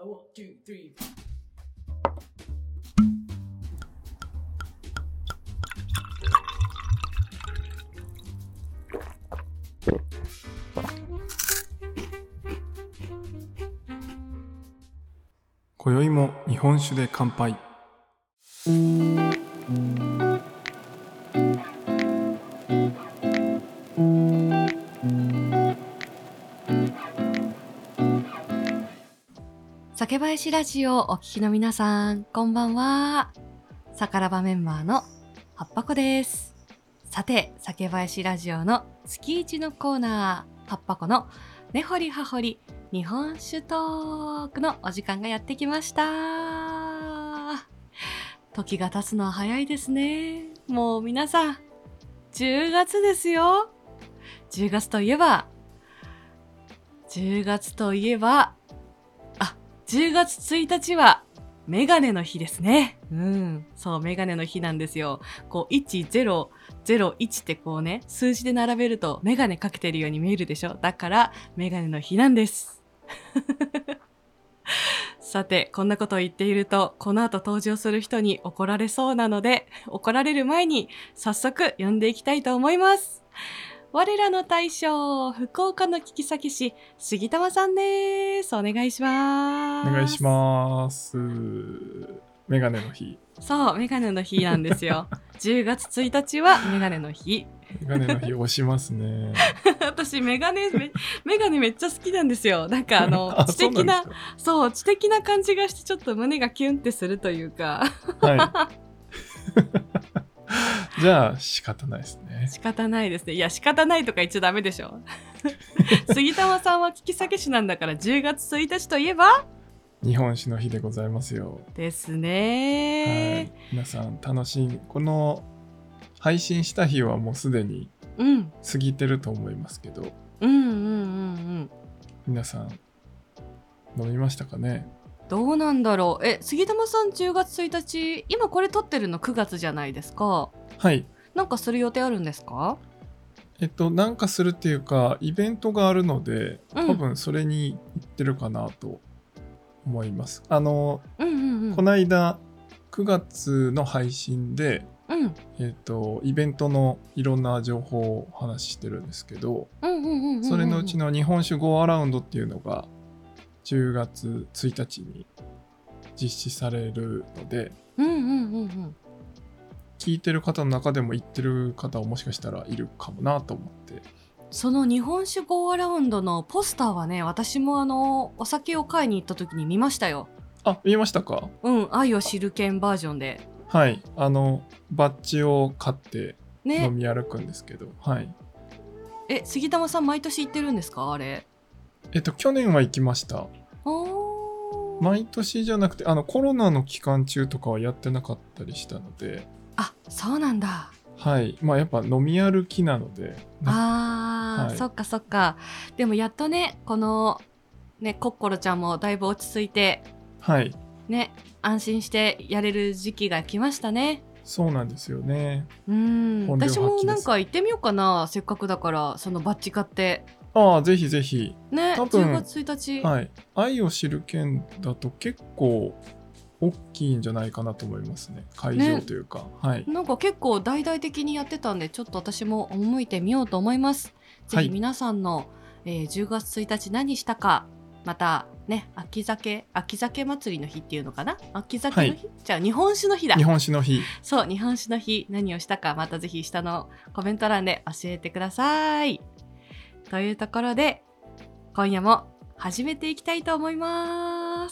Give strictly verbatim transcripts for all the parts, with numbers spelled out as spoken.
One, two, three. 今宵も日本酒で乾杯。 酒林ラジオをお聞きの皆さん、こんばんは。さからばメンバーのはっぱこです。さて、酒林ラジオの月一のコーナー、はっぱこの根掘り葉掘り日本酒トークのお時間がやってきました。時が経つのは早いですね。もう皆さん、じゅうがつですよ。じゅうがつといえば、じゅうがつといえば、じゅうがつついたちはメガネの日ですね。うん、そうメガネの日なんですよ。こういちゼロゼロいちってこうね、数字で並べるとメガネかけてるように見えるでしょ。だからメガネの日なんです。さて、こんなことを言っているとこの後登場する人に怒られそうなので、怒られる前に早速呼んでいきたいと思います。我らの大将、福岡の聞き先師、杉玉さんです。お願いします。 お願いします。メガネの日。 そう、メガネの日なんですよ。じゅうがつついたちはメガネの日。 メガネの日押しますね。 私メガネめ、メガネめっちゃ好きなんですよ。なんかあの、 あ知的な、 そうなんですか。 そう、知的な感じがしてちょっと胸がキュンってするというか。 はい。じゃあ仕方ないですね。 仕方ないですね。いや、仕方ないとか言っちゃダメでしょ。杉玉さんは聞き酒師なんだからじゅうがつついたちといえば日本酒の日でございますよ。 ですはね。 い。皆さん楽しい。この配信した日はもうすでにうん。 過ぎてると思いますけど、 うんうんうんうん。 皆さん飲みましたかね。 どうなんだろう。え、杉玉さんじゅうがつついたち、今これ撮ってるのくがつじゃないですか。 はい。 なんかする予定あるんですか？ えっとなんかするっていうかイベントがあるので、 うん多分それに行ってるかなと思います。あの、 うんうんうん。 この間くがつの配信で、 うんえっとイベントのいろんな情報をお話ししてるんですけど、 うんうんうんうんうん。 それのうちの日本酒 Go Around っていうのがじゅうがつついたちに実施されるので、 うんうんうんうん。 聞いてる方の中でも行ってる方はもしかしたらいるかもなと思って。 その日本酒ゴーアラウンドのポスターはね、私もあのお酒を買いに行った時に見ましたよ。 あ、見えましたか？ うん、愛を知る券バージョンではい。あのバッジを買ってね。 飲み歩くんですけど、はい。 え、杉玉さん毎年行ってるんですか、あれ？ えっと去年は行きました。 おー。 毎年じゃなくて、あのコロナの期間中とかはやってなかったりしたので、 あ、そうなんだ。 はい。まあやっぱ飲み歩きなので、 あー、 はいそっかそっか。でもやっとね、このね、コッコロちゃんもだいぶ落ち着いてはい。 ね、安心してやれる時期が来ましたね。 そうなんですよね。 うん、 本領発揮です。 私もなんか行ってみようかな。せっかくだからそのバッジ買ってああ、ぜひぜひ。 ね。 多分じゅうがつついたち、 はい。愛を知る県だと結構大きいんじゃないかなと思いますね。会場というか。はい。 なんか結構大々的にやってたんで、ちょっと私も赴いてみようと思います。ぜひ皆さんの、えーじゅうがつついたち何したか、またね、秋酒秋酒祭りの日っていうのかな、秋酒の日、じゃあ日本酒の日だ。 日本酒の日。 そう、日本酒の日何をしたか、またぜひ下のコメント欄で教えてください。というところで今夜も始めていきたいと思います。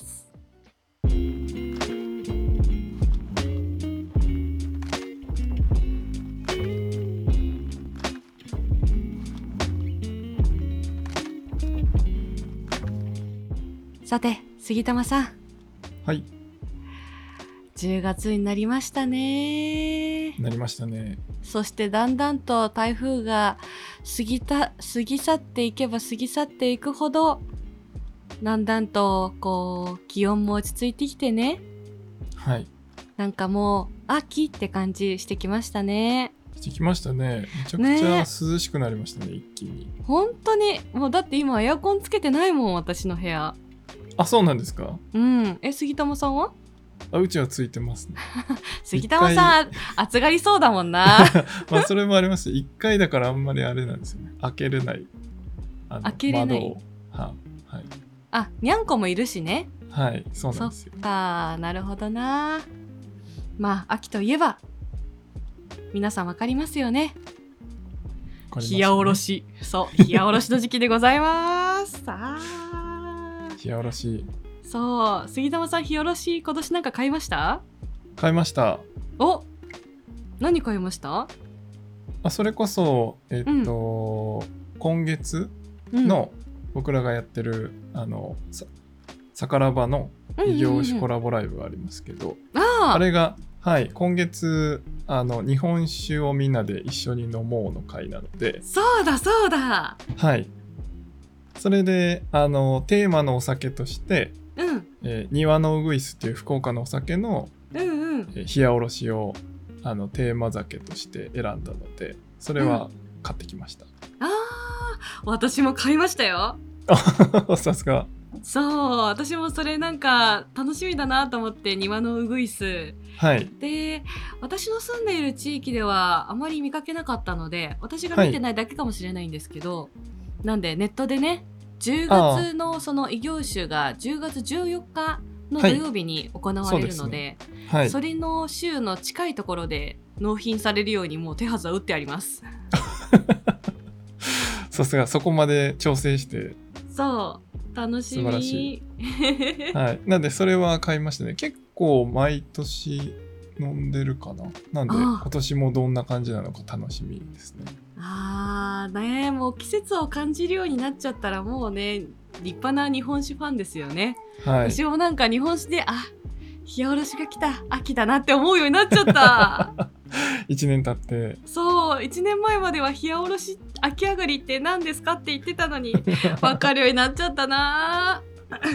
さて、杉玉さん、 はい。 じゅうがつになりましたね。 なりましたね。 そしてだんだんと台風が過ぎた過ぎ去っていけば過ぎ去っていくほど、だんだんとこう気温も落ち着いてきてね、 はい。 なんかもう秋って感じしてきましたね。 してきましたね。めちゃくちゃ涼しくなりましたね、一気に。 本当にもうだって今エアコンつけてないもん、私の部屋。 あ、そうなんですか。 うんえ杉玉さんは？ あ、うちはついてますね。 杉玉さん暑がりそうだもんな。 まあそれもありますし、いっかいだからあんまりあれなんですよね。開けれないあの開けれない窓をは、はい、 あにゃんこもいるしね。 はい、そうなんですよ。 そっかなるほどな。まあ秋といえば皆さんわかりますよね。冷やおろし、そう冷やおろしの時期でございます。さあ冷やおろしそう杉玉さん冷やおろし今年なんか買いました？ 買いました。 お何買いました？ あ、それこそえっと、うん、今月の僕らがやってる、うん、あのさ宝場の異業種コラボライブがありますけど、 うんうんうん、あ, あれがはい今月あの日本酒をみんなで一緒に飲もうの会なので。 そうだそうだはいそれであのテーマのお酒として、 うんえー、庭のうぐいすっていう福岡のお酒の、 うんうんえー、冷やおろしをあのテーマ酒として選んだのでそれは買ってきました、 うん、あー私も買いましたよ。 さすが。 そう私もそれなんか楽しみだなと思って庭のうぐいす、 はい、 で私の住んでいる地域ではあまり見かけなかったので私が見てないだけかもしれないんですけど、はい、なんでネットでねじゅうがつのその異業種がじゅうがつじゅうよっかの土曜日に行われるので、はい そ, ねはい、それの週の近いところで納品されるようにもう手はずは打ってあります。 さすがそこまで調整して。 そう楽しみ。素晴らしい、はい、なんでそれは買いましたね。結構毎年飲んでるかな。なんで今年もどんな感じなのか楽しみですね。 あーねもう季節を感じるようになっちゃったらもうね立派な日本酒ファンですよね、はい、私もなんか日本酒であ冷やおろしが来た秋だなって思うようになっちゃった。 いちねん経ってそういちねんまえまでは冷やおろし秋上がりって何ですかって言ってたのに分かるようになっちゃったな。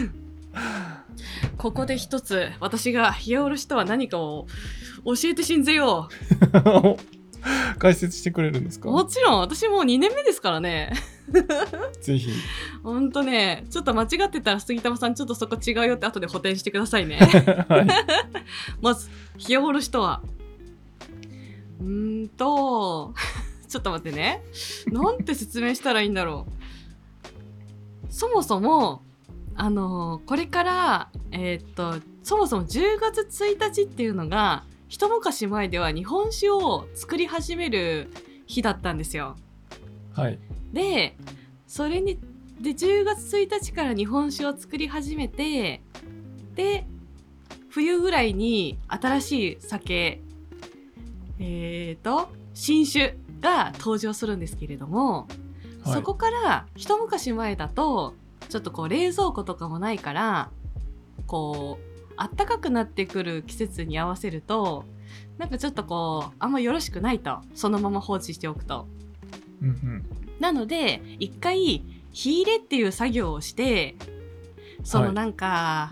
ここで一つ私が冷やおろしとは何かを教えてしんぜよう。 解説してくれるんですか？ もちろん私もうにねんめですからね。 ぜひ。 ほんとねちょっと間違ってたら杉玉さんちょっとそこ違うよって後で補填してくださいね。はい、まず冷やおろしとはうーんとちょっと待ってねなんて説明したらいいんだろう。そもそもあのこれからえー、っとそもそもじゅうがつついたちっていうのが一昔前では日本酒を作り始める日だったんですよ。 はい。 で、それにでじゅうがつついたちから日本酒を作り始めて、で冬ぐらいに新しい酒、えーと新酒が登場するんですけれども、はい、そこから一昔前だとちょっとこう冷蔵庫とかもないからこう暖かくなってくる季節に合わせるとなんかちょっとこうあんまよろしくないとそのまま放置しておくと、 うんうん、なので一回火入れっていう作業をしてそのなんか、はい、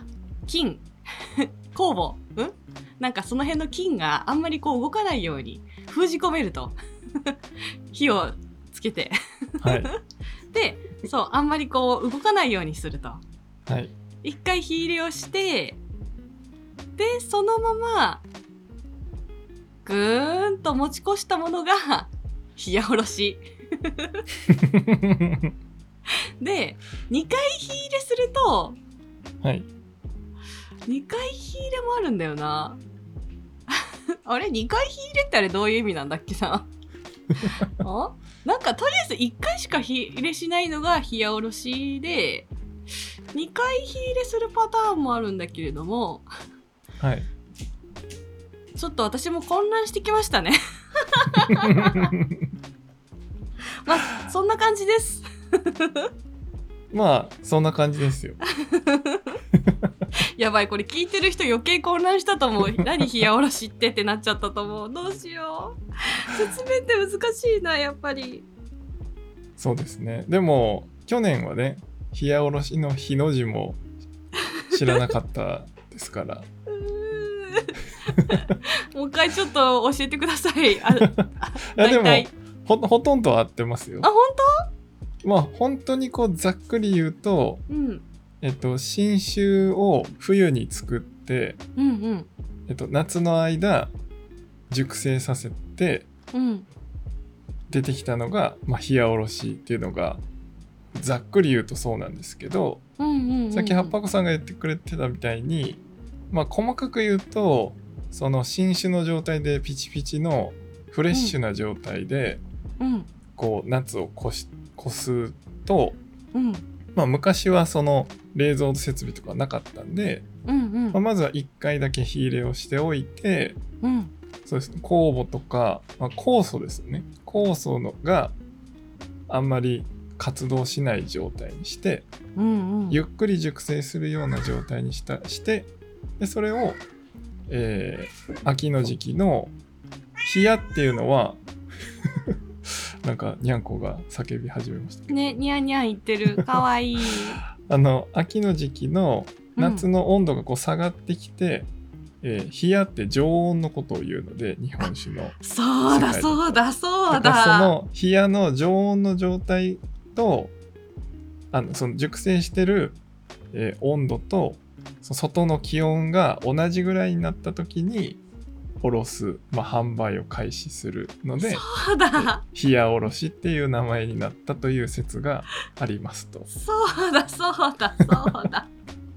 菌酵母んなんかその辺の菌があんまりこう動かないように封じ込めると火をつけて、はい、でそうあんまりこう動かないようにすると、 はい、 一回火入れをしてでそのままぐーんと持ち越したものが冷やおろしでにかい火入れすると、 はい、 にかい火入れもあるんだよな。あれにかい火入れってあれどういう意味なんだっけな。あなんかとりあえずいっかいしか火入れしないのが冷やおろしでにかい火入れするパターンもあるんだけれども、 はい、 ちょっと私も混乱してきましたね。まあそんな感じです。 まあそんな感じですよ。 やばいこれ聞いてる人余計混乱したと思う。何冷やおろしってってなっちゃったと思う。どうしよう説明って難しいなやっぱり。 そうですね。でも去年はね冷やおろしの日の字も知らなかったですから。 もう一回ちょっと教えてください。あいやでも ほ, ほとんど合ってますよ。 あ本当？ まあ本当にこうざっくり言うと、 うん、 えっと、新酒を冬に作って、 うんうん。 えっと、夏の間熟成させて、 うん。 出てきたのが、まあ、冷やおろしっていうのがざっくり言うとそうなんですけど、 うんうんうんうん、 さっき葉っぱ子さんが言ってくれてたみたいに、まあ、細かく言うとその新酒の状態でピチピチのフレッシュな状態で、 うん、 こう夏を越し越すと、 うんまあ、昔はその冷蔵設備とかなかったんで、 うんうんまあ、まずはいっかいだけ火入れをしておいて、 うん、 そうですね、酵母とか、まあ、酵素ですね、酵素のがあんまり活動しない状態にして、 うんうん、 ゆっくり熟成するような状態にしたしてでそれを、えー、秋の時期の冷やっていうのはなんかにゃんこが叫び始めましたけどね、にゃんにゃん言ってる、かわいい。 あの秋の時期の夏の温度がこう下がってきて、うんえー、冷やって常温のことを言うので日本酒のそうだそうだそうだ。 だからその冷やの常温の状態とあのその熟成してる、えー、温度とその外の気温が同じぐらいになった時におろす、まあ、販売を開始するのでそうだ冷やおろしっていう名前になったという説がありますと。 そうだそうだそうだ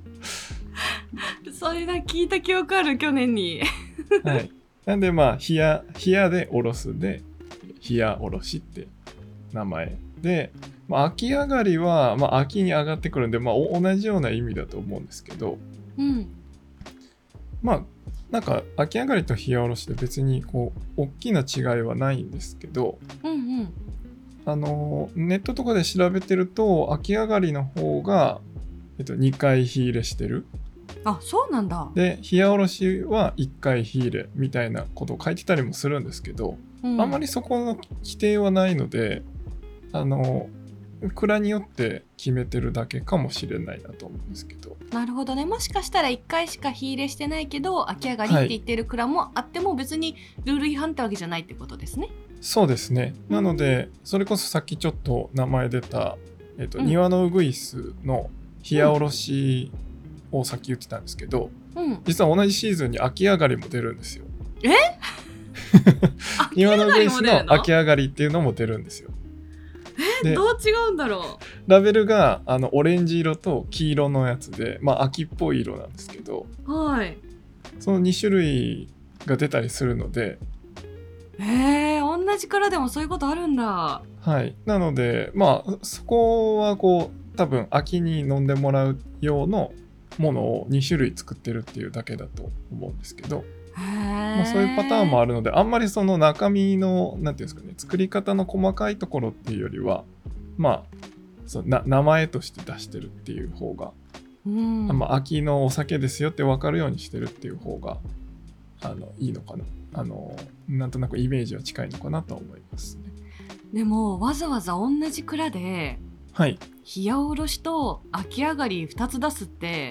それだ聞いた記憶ある去年にはい、なんでまあ冷や冷やでおろすで冷やおろしって名前で、まあ、秋上がりは、まあ、秋に上がってくるんで、まあ、同じような意味だと思うんですけど、 うん、 まあなんか秋上がりと冷やおろしで別にこう大きな違いはないんですけど、 うんうん、 あのネットとかで調べてると秋上がりの方が、えっと、にかい火入れしてる。 あ、そうなんだ。 で冷やおろしはいっかい火入れみたいなことを書いてたりもするんですけど、うん、あんまりそこの規定はないのであの蔵によって決めてるだけかもしれないなと思うんですけど。 なるほどね。もしかしたらいっかいしか火入れしてないけど秋上がりって言ってる蔵もあっても、別にルール違反ってわけじゃないってことですね。 そうですね。なのでそれこそさっきちょっと名前出た、えーとうん、庭のウグイスの冷やおろしをさっき言ってたんですけど、うん、実は同じシーズンに秋上がりも出るんですよ。 え庭のウグイスの秋上がりっていうのも出るんですよ。 えどう違うんだろう。ラベルがあのオレンジ色と黄色のやつで、まあ秋っぽい色なんですけど、 はい、 そのに種類が出たりするので、 へー、同じからでもそういうことあるんだ。 はい。なのでまあそこはこう多分秋に飲んでもらう用のものをに種類作ってるっていうだけだと思うんですけど、まあ、そういうパターンもあるので、あんまりその中身のなんていうんですかね、作り方の細かいところっていうよりは、まあそな名前として出してるっていう方が、うん、まあ、秋のお酒ですよって分かるようにしてるっていう方があのいいのかな、あのなんとなくイメージは近いのかなと思いますね。 でもわざわざ同じ蔵で、 はい、 冷やおろしと秋上がりふたつ出すって、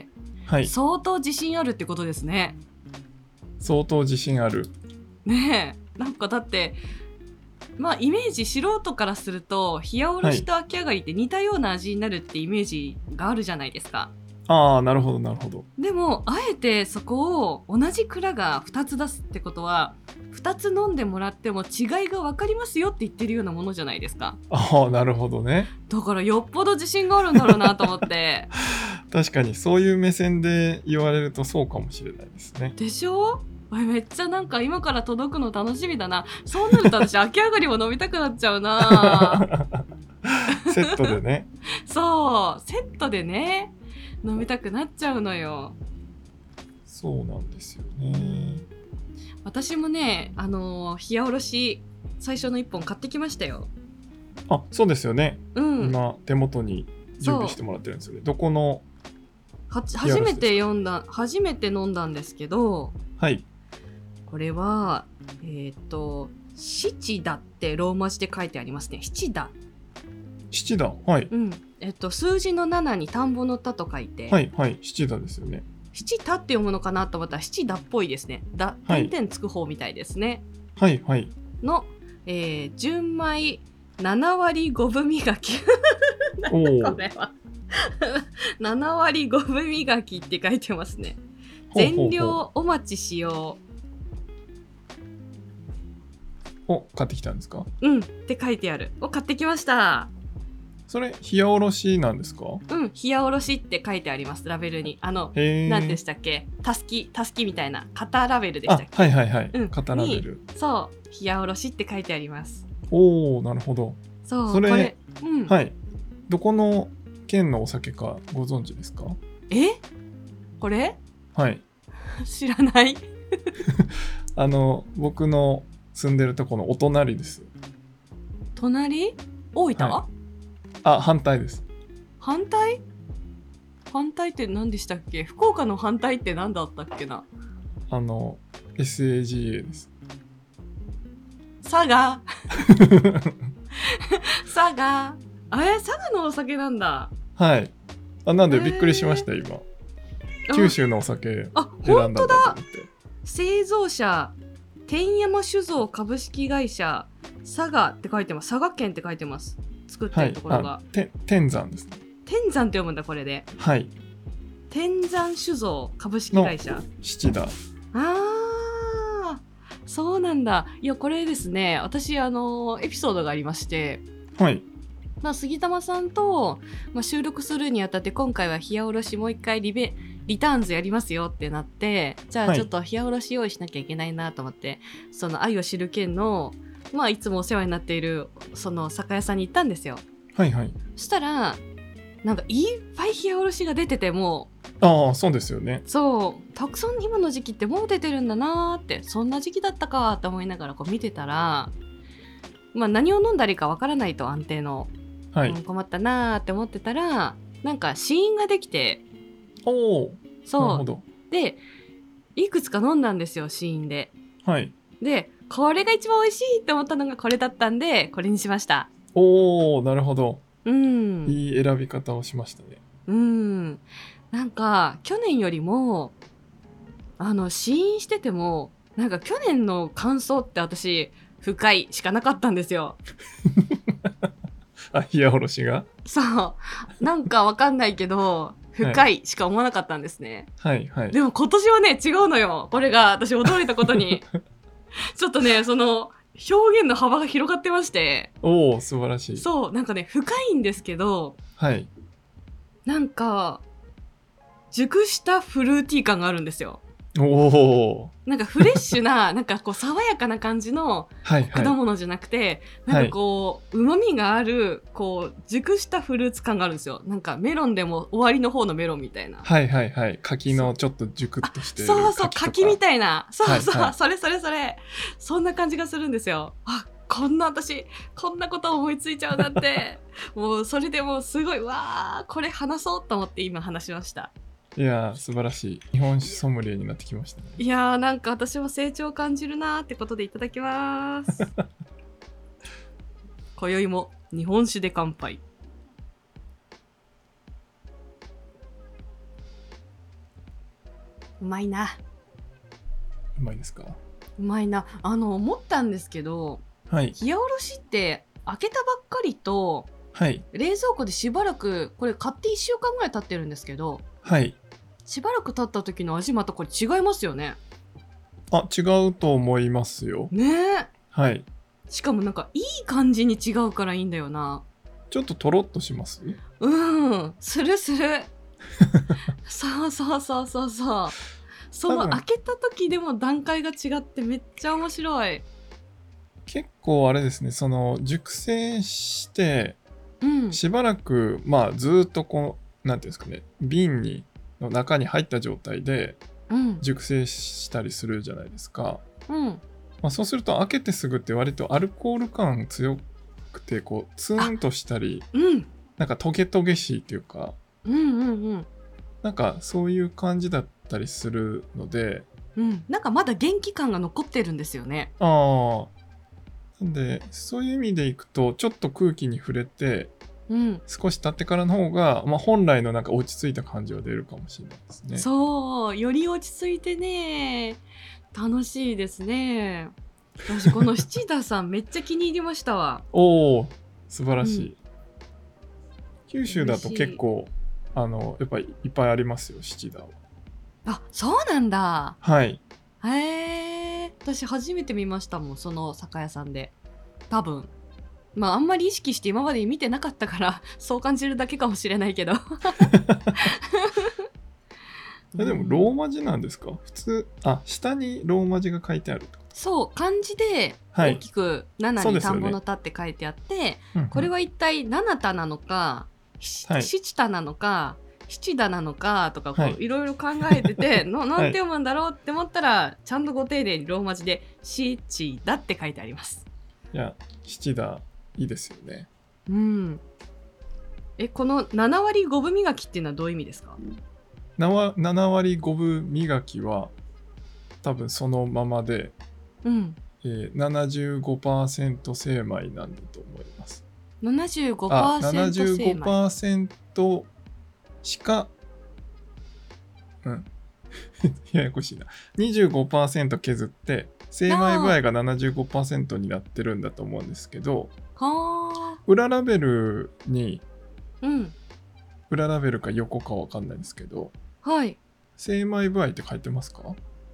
はい、 相当自信あるってことですね。 相当自信あるねえ、なんかだってまあイメージ素人からすると冷やおろしと秋上がりって似たような味になるってイメージがあるじゃないですか。 ああ、なるほどなるほど。 でもあえてそこを同じ蔵がふたつ出すってことは、ふたつ飲んでもらっても違いが分かりますよって言ってるようなものじゃないですか。 ああ、なるほどね。 だからよっぽど自信があるんだろうなと思って確かにそういう目線で言われるとそうかもしれないですね。 でしょ。めっちゃなんか今から届くの楽しみだな。そうなると私秋上がりも飲みたくなっちゃうなセットでね。 そうセットでね飲みたくなっちゃうのよ。 そうなんですよね。 私もね、あのー、冷やおろし最初のいっぽん買ってきましたよ。 あ、そうですよね、うん、今手元に準備してもらってるんですよね。どこのは初めて読んだ初めて飲んだんですけど、 はい、 これはえっ、ー、と七田ってローマ字で書いてありますね。七田七田、はい、 うん、えっと数字のななに田んぼの田と書いて、 はいはい、七田ですよね。 七田って読むのかなと思ったら七田っぽいですね。だ、点々つく方みたいですね。 はいはい。 の、えー、純米ななわりごぶみがき。 おこれはなな割ご分磨きって書いてますね。 ほうほうほう全量お待ちしよを買ってきたんですか？ う。うんって書いてある。を買ってきました。 それ冷やおろしなんですか？ うん、冷やおろしって書いてあります、ラベルに。あの、 へー。 何でしたっけ、たすき、たすきみたいな、型ラベルでしたっけ？ あ、はいはいはい。 うん、 型ラベル。 そう、冷やおろしって書いてあります。 おー、なるほど。 そう、 それ、 これ、うん。 はい。どこの県のお酒かご存知ですか？ え？これ？ はい。 知らない。 あの、僕の住んでるとこのお隣です。 隣？大分？ はい、あ、反対です。 反対？反対って何でしたっけ？福岡の反対って何だったっけな。 あの エスエージーエー です。 佐賀。佐賀。あれ、佐賀のお酒なんだ。 はい。あ、なんでびっくりしました、今。九州のお酒選んだんだと思って。 製造者天山酒造株式会社佐賀って書いてます。佐賀県って書いてます。作ってるところが、 はい、て天山ですね。 天山って読むんだこれで。 はい。 天山酒造株式会社七田。 あー、そうなんだ。いやこれですね、私あのエピソードがありまして、 はい。 まあ、杉玉さんと、まあ、収録するにあたって今回は冷やおろしもう一回リベリターンズやりますよってなって、じゃあちょっと冷やおろし用意しなきゃいけないなと思って、はい、その愛を知る県の、まあ、いつもお世話になっているその酒屋さんに行ったんですよ。 はいはい。 そしたらなんかいっぱい冷やおろしが出てて、もああそうですよね。 そうたくさん今の時期ってもう出てるんだなーって、そんな時期だったかって思いながらこう見てたら、まあ、何を飲んだりかわからないと安定の、はい、うん、困ったなーって思ってたらなんか試飲ができて、 おー、 そうなるほど。 でいくつか飲んだんですよ、試飲で。 はい。 でこれが一番美味しいって思ったのがこれだったんでこれにしました。 おー、なるほど。 うん、 いい選び方をしましたね。 うん、なんか去年よりもあの試飲しててもなんか去年の感想って私深いしかなかったんですよ。 あ、冷やおろしが？ そうなんかわかんないけど深いしか思わなかったんですね。 はいはい。 でも今年はね違うのよ。これが私驚いたことにちょっとねその表現の幅が広がってまして。 おー、素晴らしい。 そうなんかね深いんですけど、 はい、 なんか熟したフルーティー感があるんですよ。 おー、 なんかフレッシュななんかこう爽やかな感じの果物じゃなくて、はいはい、なんかこう旨味があるこう熟したフルーツ感があるんですよ。なんかメロンでも終わりの方のメロンみたいな。 はいはいはい。柿のちょっと熟っとしてる。 そうそう柿みたいな。そうそう、はいはい、それそれそれそんな感じがするんですよ。あ、こんな私こんなこと思いついちゃうなんてもうそれでもうすごいわーこれ話そうと思って今話しました。 いやー素晴らしい。日本酒ソムリエになってきましたね。 いやーなんか私も成長を感じるなーってことでいただきます今宵も日本酒で乾杯。うまいな。 うまいですか？ うまいな。あの思ったんですけど、 はい、 冷やおろしって開けたばっかりと、 はい、 冷蔵庫でしばらくこれ買っていっしゅうかんぐらい経ってるんですけど、 はい、 しばらく経った時の味またこれ違いますよね。 あ、違うと思いますよね。 はい。 しかもなんかいい感じに違うからいいんだよな。 ちょっととろっとします？ うんするするそうそうそうそうそう、その開けた時でも段階が違ってめっちゃ面白い。 結構あれですね、その熟成してしばらく、うん、まあずっとこうなんていうんですかね、瓶にの中に入った状態で熟成したりするじゃないですか、うん、まあ、そうすると開けてすぐって割とアルコール感強くてこうツーンとしたり、うん、なんかトゲトゲしいっていうか、うんうんうん、なんかそういう感じだったりするので、 うん、なんかまだ元気感が残ってるんですよね。 ああ、なんでそういう意味でいくとちょっと空気に触れて、うん、少し経ってからの方が、まあ、本来のなんか落ち着いた感じは出るかもしれないですね。 そうより落ち着いてね楽しいですね。私この七田さんめっちゃ気に入りましたわおー素晴らしい、うん、九州だと結構あのやっぱりいっぱいありますよ、七田は。 あ、そうなんだ。 はい。 へえ、私初めて見ましたもん、その酒屋さんで。多分まああんまり意識して今まで見てなかったからそう感じるだけかもしれないけどでもローマ字なんですか？普通、あ、下にローマ字が書いてある。 そう、漢字で大きくななに田んぼの田って書いてあって、ね、これは一体七田なのか、はい、七田なのか七田なのかとかこう、はい、いろいろ考えててのなんて読むんだろうって思ったら、はい、ちゃんとご丁寧にローマ字で七田って書いてあります。 いや、七田いいですよね。 うん。え、このなな割ごぶ磨きっていうのはどういう意味ですか？ なな割ごぶ磨きは多分そのままで、 うんえー、ななじゅうごパーセント 精米なんだと思います。 ななじゅうごパーセント 精米。 ななじゅうごパーセント しか、うん。ややこしいな。にじゅうごパーセント 削って、精米具合が ななじゅうごパーセント になってるんだと思うんですけど、 は裏ラベルに、 うん、 裏ラベルか横かわかんないですけど、 はい。 精米具合って書いてますか？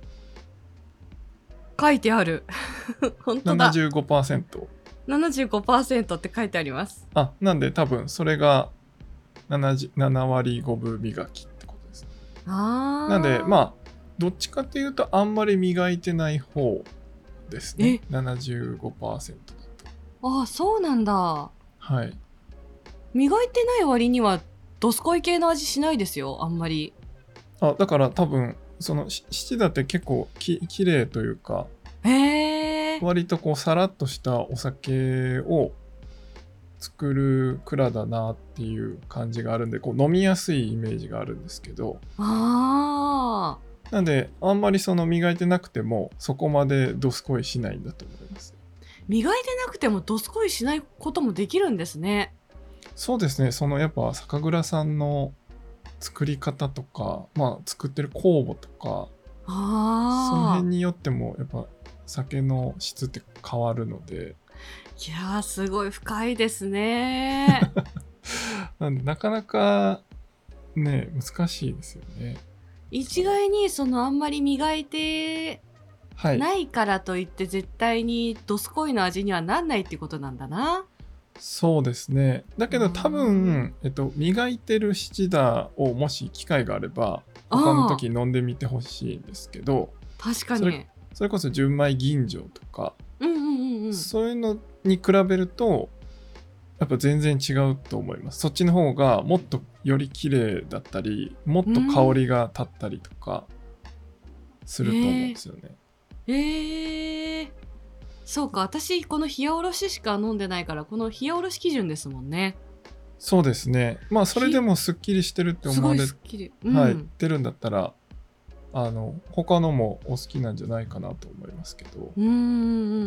書いてある。本当だ。 ななじゅうごパーセント。 ななじゅうごパーセント って書いてあります。 あ、なんで多分それがなな割ごぶ磨きってことですね。 あー。 なんでまあどっちかっていうとあんまり磨いてない方ですね。ななじゅうごパーセント だと。 ああ、そうなんだ。 はい。 磨いてない割にはどすこい系の味しないですよ、あんまり。 あ、だから多分その七田って結構き綺麗というか、 へー、 割とこうさらっとしたお酒を作る蔵だなっていう感じがあるんで、こう飲みやすいイメージがあるんですけど、 あーなんであんまりその磨いてなくてもそこまでどすこいしないんだと思います。 磨いてなくてもどすこいしないこともできるんですね。 そうですね。そのやっぱ酒蔵さんの作り方とか、まあ作ってる酵母とか、 あその辺によってもやっぱ酒の質って変わるので。 いやー、すごい深いですね。 なんでなかなかね、難しいですよね。 一概にそのあんまり磨いてないからといって絶対にどすこいの味にはなんないっていうことなんだな。 そうですね。だけど多分、えっと、磨いてる七田をもし機会があれば他の時飲んでみてほしいんですけど、 確かにそれ、それこそ純米吟醸とか、 うんうんうんうん、 そういうのに比べるとやっぱ全然違うと思います。そっちの方がもっとより綺麗だったり、もっと香りが立ったりとかすると思うんですよね。 えー、えー、そうか、私この冷やおろししか飲んでないから、この冷やおろし基準ですもんね。 そうですね。まあそれでもすっきりしてるって思われ、うん、はい、てるんだったら、あの他のもお好きなんじゃないかなと思いますけど。 うんうんうんうんうん。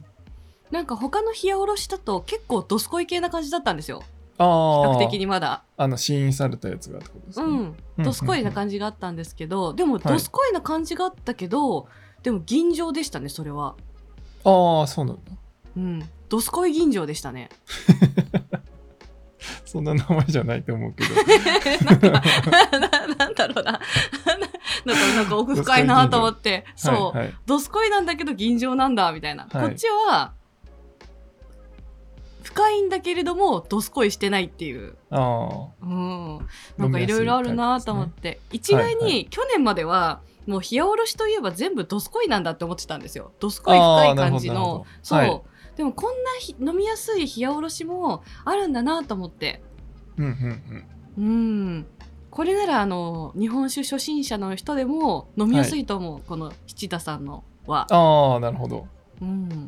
なんか他の冷やおろしだと結構どすこい系な感じだったんですよ。 ああ、 比較的にまだあの試飲されたやつがってことですね。 うん、どすこいな感じがあったんですけど、でもどすこいな感じがあったけど、はい、でも吟醸でしたね、それは。 ああ、そうなんだ。 うん、どすこい吟醸でしたね。 そんな名前じゃないと思うけど。 なんかな、なんだろうな。なんか、なんか奥深いなと思って。そう、はいはい。どすこいなんだけど吟醸なんだ、みたいな。はい、こっちは、深いんだけれども、どすこいしてないっていう。 ああ。 うん。なんかいろいろあるなと思って。ね、一概に去年までは、もう冷やおろしといえば全部どすこいなんだって思ってたんですよ。どすこい深い感じの。そう、はい。でもこんな飲みやすい冷やおろしもあるんだなと思って。 うんうんうん。うん。これならあの日本酒初心者の人でも飲みやすいと思う、はい、この七田さんのは。 ああ、なるほど。 うん。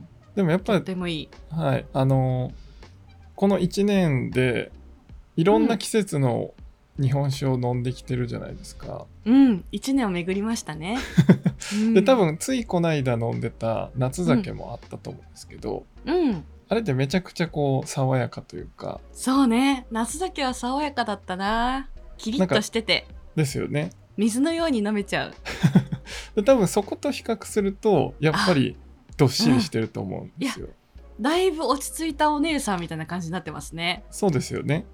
でもやっぱり、 とてもいい。 はい。あのこのいちねんでいろんな季節の日本酒を飲んできてるじゃないですか。 うん、いちねんを巡りましたね。 で、多分ついこの間飲んでた夏酒もあったと思うんですけど、 うん、うん、 あれってめちゃくちゃこう爽やかというか。 そうね、夏酒は爽やかだったな。キリッとしてて。 ですよね。 水のように飲めちゃう。 で多分そこと比較するとやっぱりどっしりしてると思うんですよ。 いだいぶ落ち着いたお姉さんみたいな感じになってますね。 そうですよね。 うん。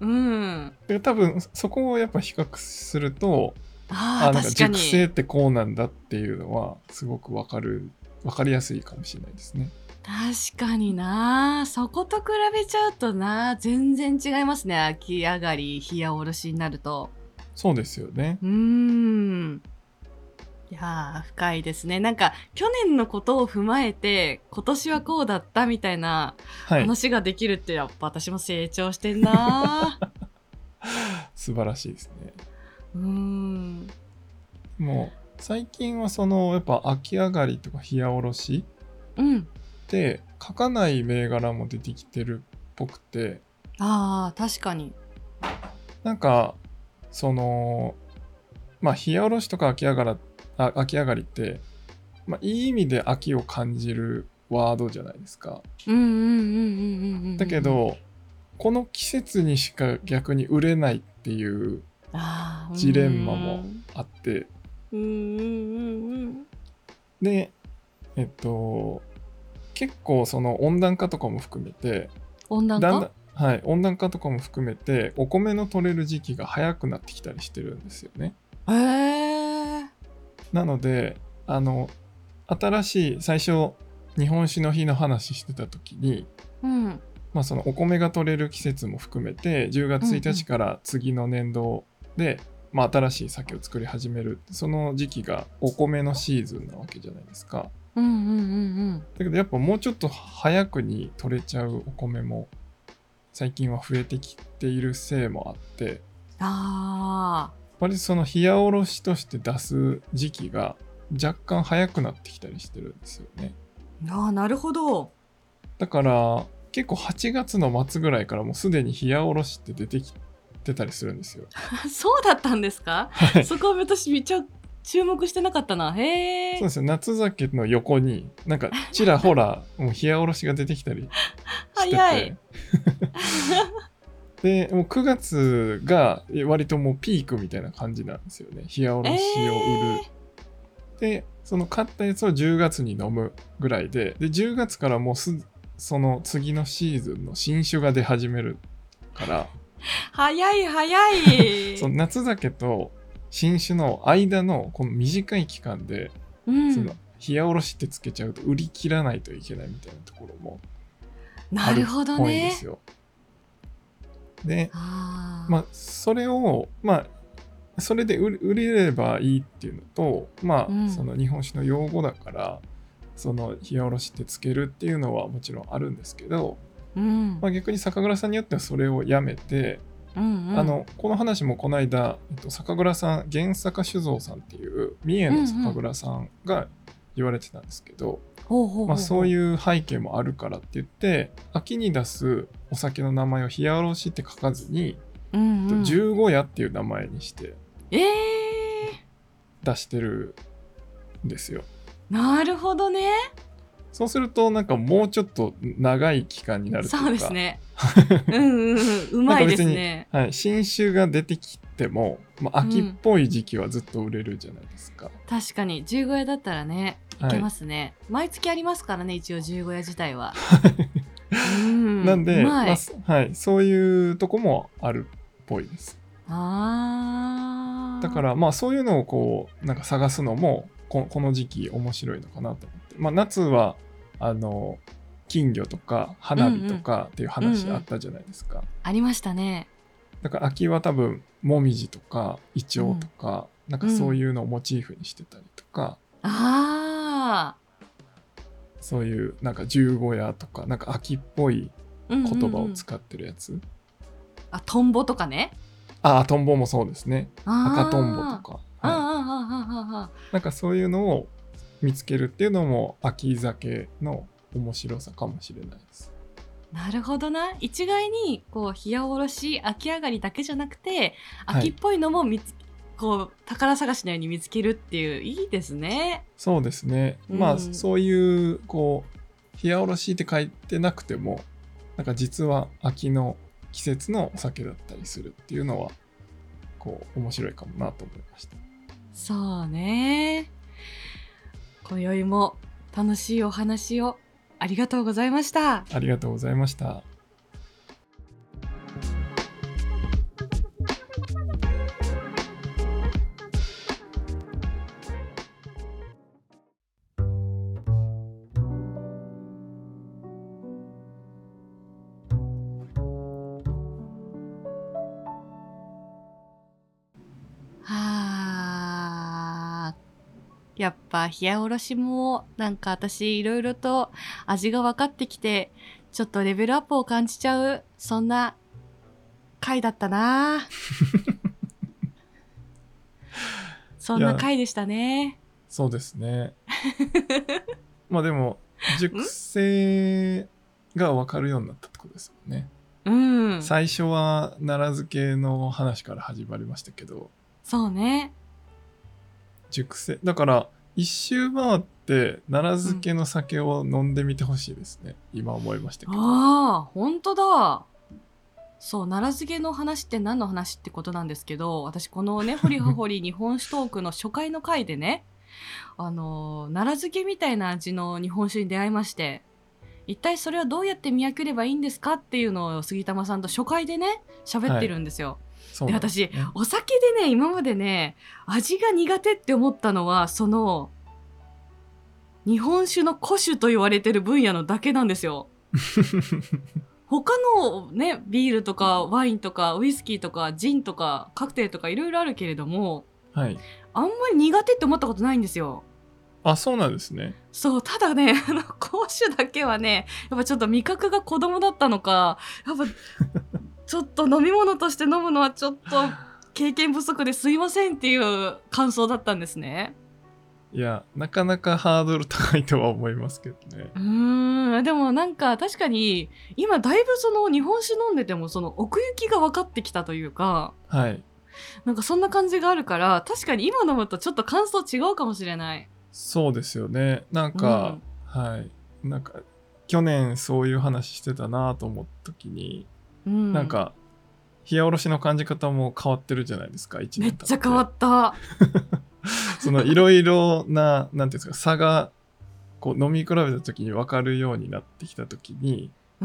で多分そこをやっぱ比較すると、 ああ、 あなんか確かに。 熟成ってこうなんだっていうのはすごくわかる、わかりやすいかもしれないですね。 確かにな。そこと比べちゃうとな、全然違いますね。秋上がり、冷やおろしになると。 そうですよね。 うーん。いやー、深いですね。なんか、去年のことを踏まえて、今年はこうだったみたいなはい。 話ができるって、やっぱ私も成長してんな。 素晴らしいですね。 うーん。 もう最近はそのやっぱ秋上がりとか冷やおろしうん。 って書かない銘柄も出てきてるっぽくて、 ああ、確かに。 なんかそのまあ冷やおろしとか秋上がらあ秋上がりって、まあ、いい意味で秋を感じるワードじゃないですか。 うんうんうんうんうんうんうん。 だけどこの季節にしか逆に売れないっていうあー、 ジレンマもあって、 うんうんうんうん。 でえっと結構その温暖化とかも含めて温暖だんだん、 化はい、温暖化とかも含めてお米の取れる時期が早くなってきたりしてるんですよね。 へえ。 なのであの新しい最初日本酒の日の話してた時に、 うん。 まあ、そのお米が取れる季節も含めてじゅうがつついたちから次の年度で、まあ、新しい酒を作り始める、その時期がお米のシーズンなわけじゃないですか。 うんうんうんうん。 だけどやっぱもうちょっと早くに取れちゃうお米も最近は増えてきているせいもあって、 あ割とその冷やおろしとして出す時期が若干早くなってきたりしてるんですよね。 ーあー、なるほど。 だから結構はちがつの末ぐらいからもうすでに冷やおろしって出てきてたりするんですよ。 そうだったんですか？ はい。 そこは私めっちゃ注目してなかったな。へえ。 そうですよ。夏酒の横になんかちらほらもう冷やおろしが出てきたりして早い。 てでもうくがつが割ともうピークみたいな感じなんですよね。冷やおろしを売る。でその買ったやつをじゅうがつに飲むぐらいで、でじゅうがつからもうすその次のシーズンの新酒が出始めるから早い早い。 その夏酒と新酒の間のこの短い期間で、 うん、 その冷やおろしってつけちゃうと売り切らないといけないみたいなところもなあるっるほどぽいんでね。 すよ。であーまあそれをまあそれで売売れればいいっていうのと、まあ、 うん、 その日本酒の用語だからその冷やおろしってつけるっていうのはもちろんあるんですけど、 うんまあ、逆に酒蔵さんによってはそれをやめて、 うんうん、 あのこの話もこの間、えっと、酒蔵さん原坂酒造さんっていう三重の酒蔵さんが言われてたんですけど、 ほうほうほうほう、 まあ、そういう背景もあるからって言って秋に出すお酒の名前を冷やおろしって書かずに、 うんうん、 十五夜っていう名前にしてえー、 出してるんですよ。 なるほどね。 そうするとなんかもうちょっと長い期間になるというか、 そうですね。うんうんうん、うまいですね。 はい、新酒が出てきても、まあ、秋っぽい時期はずっと売れるじゃないですか。 うん、確かに十五夜だったらねいけますね、はい、毎月ありますからね一応十五夜自体は。うん、 なんで、 まあはい、そういうとこもあるっぽいです。 あだからまあそういうのをこうなんか探すのもここの時期面白いのかなと思って、まあ、夏はあの金魚とか花火とかっていう話あったじゃないですか、うんうん、 ありましたね。 だから秋は多分もみじとかイチョウとか、うん、なんかそういうのをモチーフにしてたりとか、 うん、あそういうなんか十五夜とかなんか秋っぽい言葉を使ってるやつ、うんうんうん、 あトンボとかね。 ああトンボもそうですね。赤トンボとか、 はい、 なんかそういうのを見つけるっていうのも秋酒の面白さかもしれないです。 なるほどな。一概にこう冷やおろし秋上がりだけじゃなくて秋っぽいのも見つ、はい、こう宝探しのように見つけるっていういいですね。 そうですね、うん、まあそういうこう冷やおろしって書いてなくてもなんか実は秋の季節のお酒だったりするっていうのはこう面白いかもなと思いました。 そうね。今宵も楽しいお話をありがとうございました。 ありがとうございました。 やっぱ冷やおろしもなんか私いろいろと味が分かってきてちょっとレベルアップを感じちゃうそんな回だったなそんな回でしたね。 そうですねまあでも熟成が分かるようになったってことですもんね。 うん、 最初は奈良漬けの話から始まりましたけど、 そうね、 熟成だから一周回って奈良漬けの酒を飲んでみてほしいですね、うん、今思いましたけど。 ああ本当だ。そう奈良漬けの話って何の話ってことなんですけど、私このねほりはほり日本酒トークの初回の回でねあの奈良漬けみたいな味の日本酒に出会いまして、一体それはどうやって見分ければいいんですかっていうのを杉玉さんと初回でね喋ってるんですよ、はい、で私お酒でね今までね味が苦手って思ったのはその日本酒の古酒と言われてる分野のだけなんですよ他のねビールとかワインとかウイスキーとかジンとかカクテルとかいろいろあるけれども、 はい、 あんまり苦手って思ったことないんですよ。 あ、そうなんですね。 そうただねあの講師だけはねやっぱちょっと味覚が子供だったのかやっぱちょっと飲み物として飲むのはちょっと経験不足ですいませんっていう感想だったんですね。 いやなかなかハードル高いとは思いますけどね。 うーんでもなんか確かに今だいぶその日本酒飲んでてもその奥行きが分かってきたというか、 はい、 なんかそんな感じがあるから確かに今飲むとちょっと感想違うかもしれない。 そうですよね。なんか、うん、はいなんか去年そういう話してたなと思った時に、うん、なんか冷やおろしの感じ方も変わってるじゃないですか。いちねん経ってめっちゃ変わったそのいろいろななんていうんですか差がこう飲み比べた時に分かるようになってきた時に、 うん、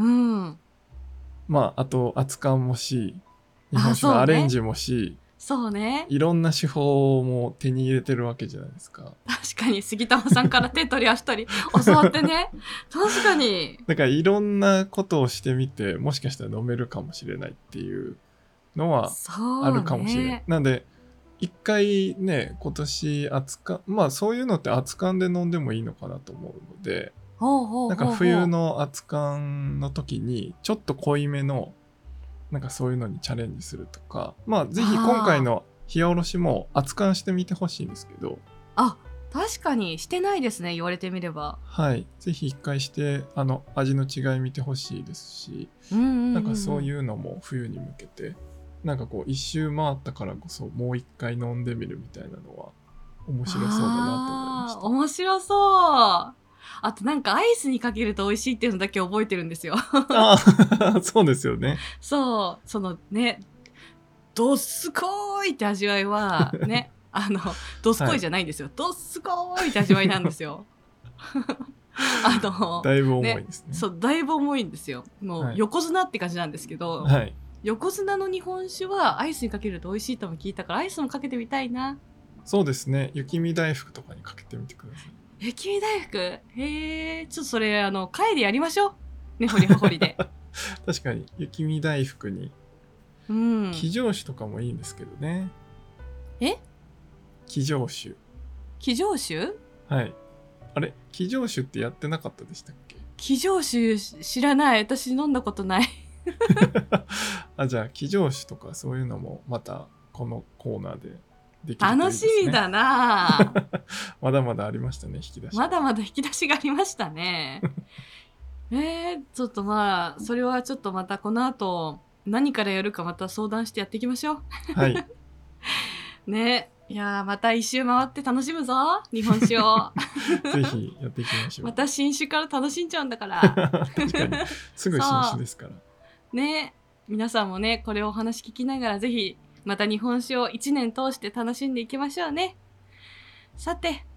まああと熱燗もし日本酒のアレンジもし、 そうね、 いろんな手法も手に入れてるわけじゃないですか。 確かに杉玉さんから手取り足取り教わってね確かにだからいろんなことをしてみてもしかしたら飲めるかもしれないっていうのはあるかもしれない、ね、なんで一回ね今年熱燗まあそういうのって熱燗で飲んでもいいのかなと思うので、 ほうほうほうほう、 なんか冬の熱燗の時にちょっと濃いめのなんかそういうのにチャレンジするとか、まあぜひ今回の冷やおろしも熱燗してみてほしいんですけど。 あ、確かにしてないですね言われてみれば。 はい、ぜひ一回してあの味の違い見てほしいですし、うんうんうんうん、なんかそういうのも冬に向けてなんかこう一周回ったからこそもう一回飲んでみるみたいなのは面白そうだなと思いました。 面白そう。あとなんかアイスにかけると美味しいっていうのだけ覚えてるんですよあそうですよね。 そうそのねどすこーいって味わいはねあのどすこいじゃないんですよ、はい、どすこーいって味わいなんですよあのだいぶ重いですね。 そうだいぶ重いんですよ。もう横綱って感じなんですけど、 はい、 横綱の日本酒はアイスにかけると美味しいとも聞いたからアイスもかけてみたいな。 そうですね、雪見大福とかにかけてみてください。 雪見大福、へえ、ちょっとそれあの会でやりましょうねほりはほりで確かに雪見大福に生醸酒とかもいいんですけどね。 え生醸酒生醸酒はい。あれ生醸酒ってやってなかったでしたっけ？ 生醸酒知らない、私飲んだことないあ、じゃあ生醸酒とかそういうのもまたこのコーナーでできるといいですね。 楽しみだなまだまだありましたね引き出し。 まだまだ引き出しがありましたねえー、ちょっとまあそれはちょっとまたこの後何からやるかまた相談してやっていきましょうはいね、いやまた一周回って楽しむぞ日本酒をぜひやっていきましょう。 また新酒から楽しんじゃうんだから確かにすぐ新酒ですからね。皆さんもねこれをお話聞きながらぜひまた日本酒をいちねん通して楽しんでいきましょうね。さて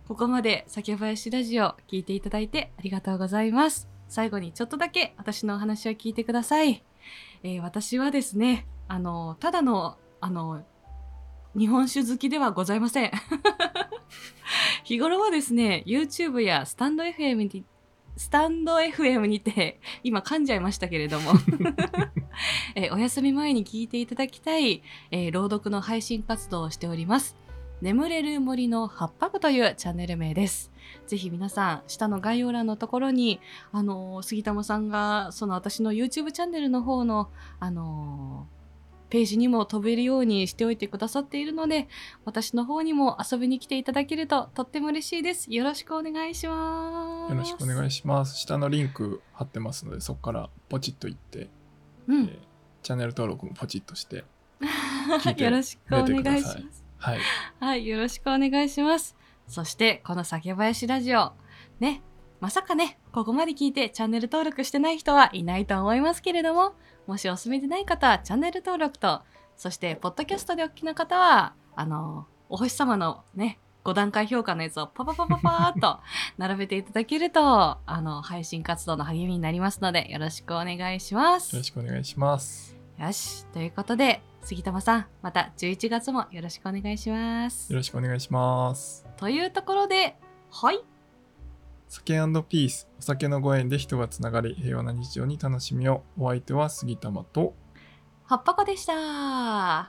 ここまで酒林ラジオ聞いていただいてありがとうございます。最後にちょっとだけ私のお話を聞いてください。えー、私はですね、あの、ただの、あの、日本酒好きではございません。日頃はですね、YouTube やスタンド エフエム に、スタンド エフエム にて、今噛んじゃいましたけれども、えー、お休み前に聞いていただきたい、えー、朗読の配信活動をしております。眠れる森の八拍というチャンネル名です。ぜひ皆さん、下の概要欄のところに、あのー、杉玉さんが、その私の YouTube チャンネルの方の、あのー、ページにも飛べるようにしておいてくださっているので、私の方にも遊びに来ていただけるととっても嬉しいです。よろしくお願いします。 よろしくお願いします。下のリンク貼ってますので、そこからポチッといって、 うん、 えー、チャンネル登録もポチッとして聞いてよろしくお願いします。 はい、 はい、よろしくお願いします。そしてこの酒林ラジオね、まさかね、ここまで聞いてチャンネル登録してない人はいないと思いますけれども、もしお済みでない方はチャンネル登録と、そしてポッドキャストでお聞きの方はあのお星様のねご段階評価のやつをパパパパパーっと並べていただけると、あの配信活動の励みになりますので、よろしくお願いします。 よろしくお願いします。 よし、ということで杉玉さん、またじゅういちがつもよろしくお願いします。 よろしくお願いします。 というところで、はい。 酒&ピース、お酒のご縁で人がつながり、平和な日常に楽しみを。お相手は杉玉とはっぱこでした。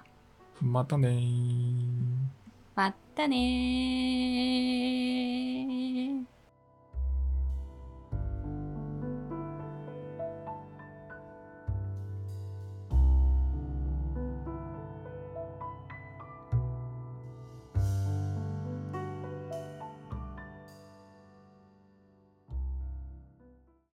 またねー。 またねー。